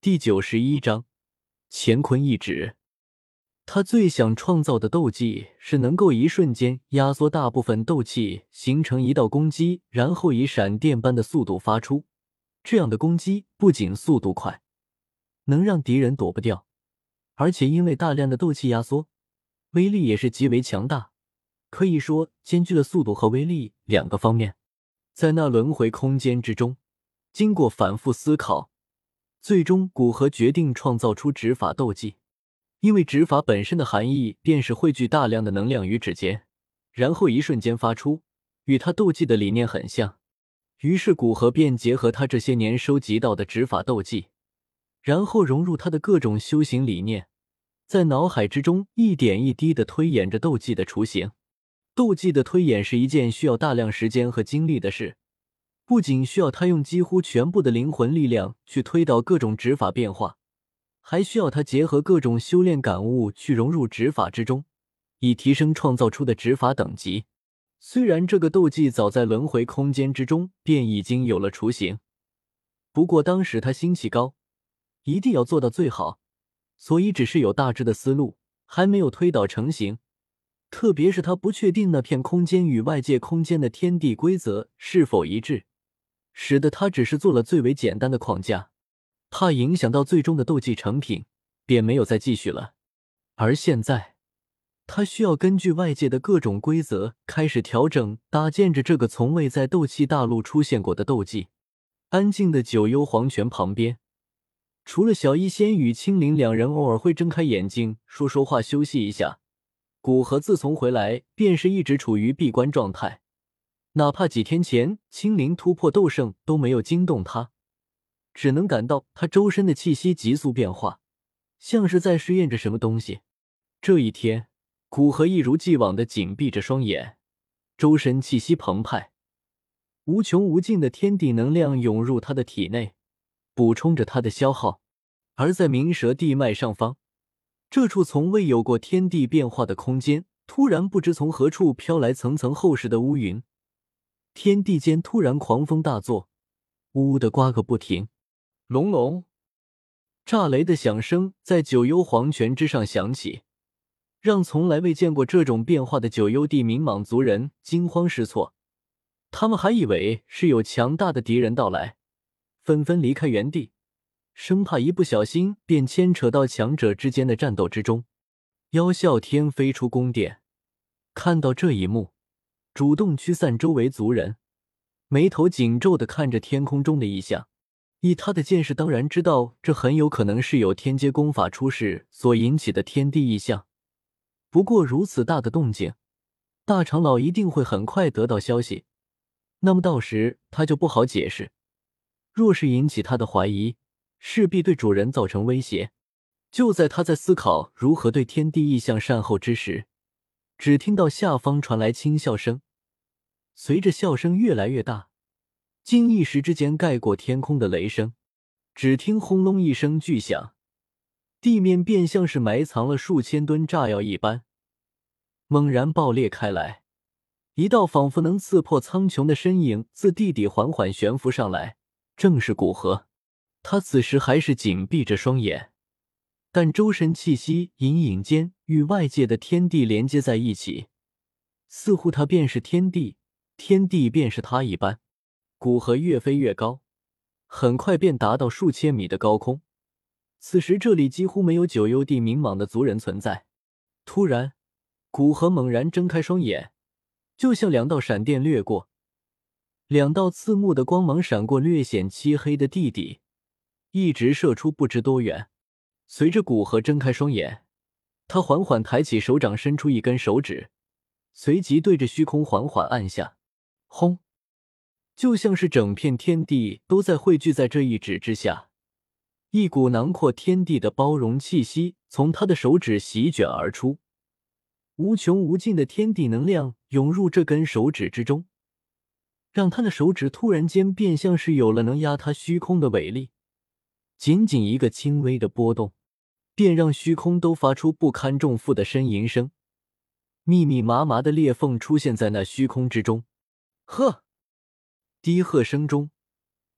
第91章乾坤一指。他最想创造的斗技是能够一瞬间压缩大部分斗气，形成一道攻击，然后以闪电般的速度发出。这样的攻击不仅速度快，能让敌人躲不掉，而且因为大量的斗气压缩，威力也是极为强大，可以说兼具了速度和威力两个方面。在那轮回空间之中，经过反复思考，最终古河决定创造出指法斗技。因为指法本身的含义便是汇聚大量的能量于指尖，然后一瞬间发出，与他斗技的理念很像。于是古河便结合他这些年收集到的指法斗技，然后融入他的各种修行理念，在脑海之中一点一滴地推演着斗技的雏形。斗技的推演是一件需要大量时间和精力的事，不仅需要他用几乎全部的灵魂力量去推导各种指法变化，还需要他结合各种修炼感悟去融入指法之中，以提升创造出的指法等级。虽然这个斗技早在轮回空间之中便已经有了雏形，不过当时他心气高，一定要做到最好，所以只是有大致的思路，还没有推导成型。特别是他不确定那片空间与外界空间的天地规则是否一致，使得他只是做了最为简单的框架，怕影响到最终的斗技成品，便没有再继续了。而现在他需要根据外界的各种规则开始调整，搭建着这个从未在斗气大陆出现过的斗技。安静的九幽黄泉旁边，除了小医仙与青灵两人偶尔会睁开眼睛说说话休息一下，古河自从回来便是一直处于闭关状态，哪怕几天前青灵突破斗圣都没有惊动他，只能感到他周身的气息急速变化，像是在试验着什么东西。这一天，古河一如既往地紧闭着双眼，周身气息澎湃，无穷无尽的天地能量涌入他的体内，补充着他的消耗。而在冥蛇地脉上方，这处从未有过天地变化的空间，突然不知从何处飘来层层厚实的乌云，天地间突然狂风大作，呜呜地刮个不停。隆隆，炸雷的响声在九幽黄泉之上响起，让从来未见过这种变化的九幽地冥蟒族人惊慌失措。他们还以为是有强大的敌人到来，纷纷离开原地，生怕一不小心便牵扯到强者之间的战斗之中。妖啸天飞出宫殿，看到这一幕，主动驱散周围族人，眉头紧皱地看着天空中的异象。以他的见识，当然知道这很有可能是有天阶功法出世所引起的天地异象。不过如此大的动静，大长老一定会很快得到消息，那么到时他就不好解释。若是引起他的怀疑，势必对主人造成威胁。就在他在思考如何对天地异象善后之时，只听到下方传来轻笑声，随着笑声越来越大，竟一时之间盖过天空的雷声。只听轰隆一声巨响，地面便像是埋藏了数千吨炸药一般，猛然爆裂开来。一道仿佛能刺破苍穹的身影自地底缓缓悬浮上来，正是古河。他此时还是紧闭着双眼，但周身气息隐隐间与外界的天地连接在一起，似乎他便是天地，天地便是他一般。古河越飞越高，很快便达到数千米的高空。此时这里几乎没有九幽地冥蟒的族人存在。突然，古河猛然睁开双眼，就像两道闪电掠过，两道刺目的光芒闪过略显漆黑的地底，一直射出不知多远。随着古河睁开双眼，他缓缓抬起手掌，伸出一根手指，随即对着虚空缓缓按下。轰！就像是整片天地都在汇聚在这一指之下，一股囊括天地的包容气息从他的手指席卷而出，无穷无尽的天地能量涌入这根手指之中，让他的手指突然间便像是有了能压他虚空的伟力。仅仅一个轻微的波动，便让虚空都发出不堪重负的呻吟声，密密麻麻的裂缝出现在那虚空之中。呵！低喝声中，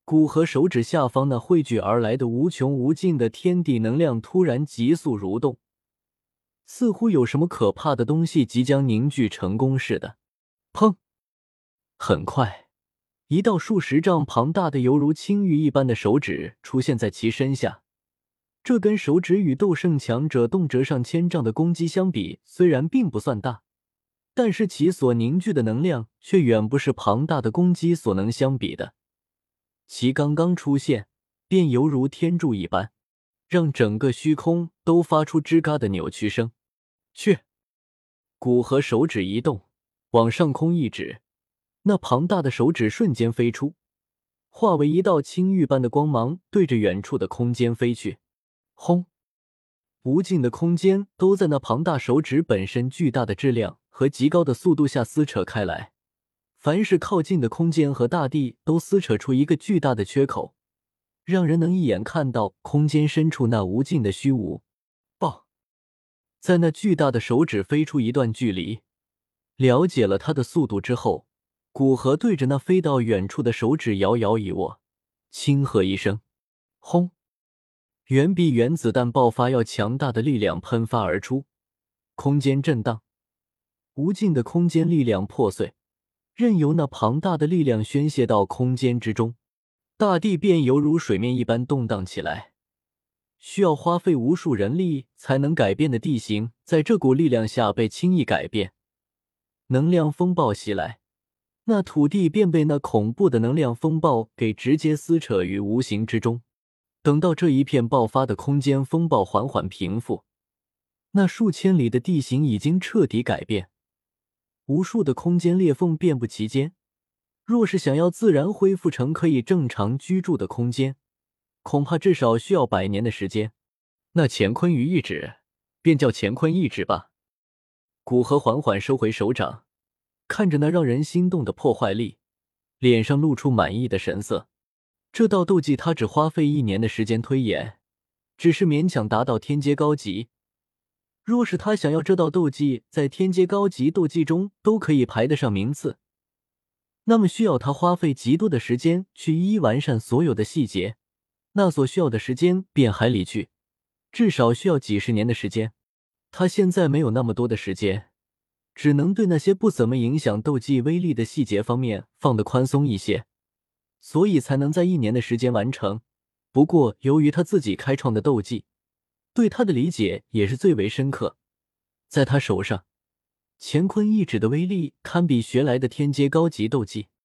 古河手指下方那汇聚而来的无穷无尽的天地能量突然急速蠕动，似乎有什么可怕的东西即将凝聚成功似的。砰！很快，一道数十丈庞大的犹如青玉一般的手指出现在其身下。这根手指与斗圣强者动辄上千丈的攻击相比，虽然并不算大，但是其所凝聚的能量却远不是庞大的攻击所能相比的。其刚刚出现，便犹如天柱一般，让整个虚空都发出吱嘎的扭曲声。去！古河手指一动，往上空一指，那庞大的手指瞬间飞出，化为一道青玉般的光芒，对着远处的空间飞去。轰！无尽的空间都在那庞大手指本身巨大的质量和极高的速度下撕扯开来，凡是靠近的空间和大地都撕扯出一个巨大的缺口，让人能一眼看到空间深处那无尽的虚无。爆！在那巨大的手指飞出一段距离，了解了它的速度之后，古河对着那飞到远处的手指摇摇一握，轻喝一声，轰！远比原子弹爆发要强大的力量喷发而出，空间震荡，无尽的空间力量破碎，任由那庞大的力量宣泄到空间之中，大地便犹如水面一般动荡起来。需要花费无数人力才能改变的地形，在这股力量下被轻易改变。能量风暴袭来，那土地便被那恐怖的能量风暴给直接撕扯于无形之中。等到这一片爆发的空间风暴缓缓平复，那数千里的地形已经彻底改变，无数的空间裂缝遍布其间。若是想要自然恢复成可以正常居住的空间，恐怕至少需要100年的时间。那乾坤于一指，便叫乾坤一指吧。古河缓缓收回手掌，看着那让人心动的破坏力，脸上露出满意的神色。这道斗技他只花费1年的时间推演，只是勉强达到天阶高级。若是他想要这道斗技在天阶高级斗技中都可以排得上名次，那么需要他花费极多的时间去一一完善所有的细节，那所需要的时间便海里去，至少需要几十年的时间。他现在没有那么多的时间，只能对那些不怎么影响斗技威力的细节方面放得宽松一些，所以才能在1年的时间完成。不过由于他自己开创的斗技，对他的理解也是最为深刻，在他手上，乾坤一指的威力堪比学来的天阶高级斗技。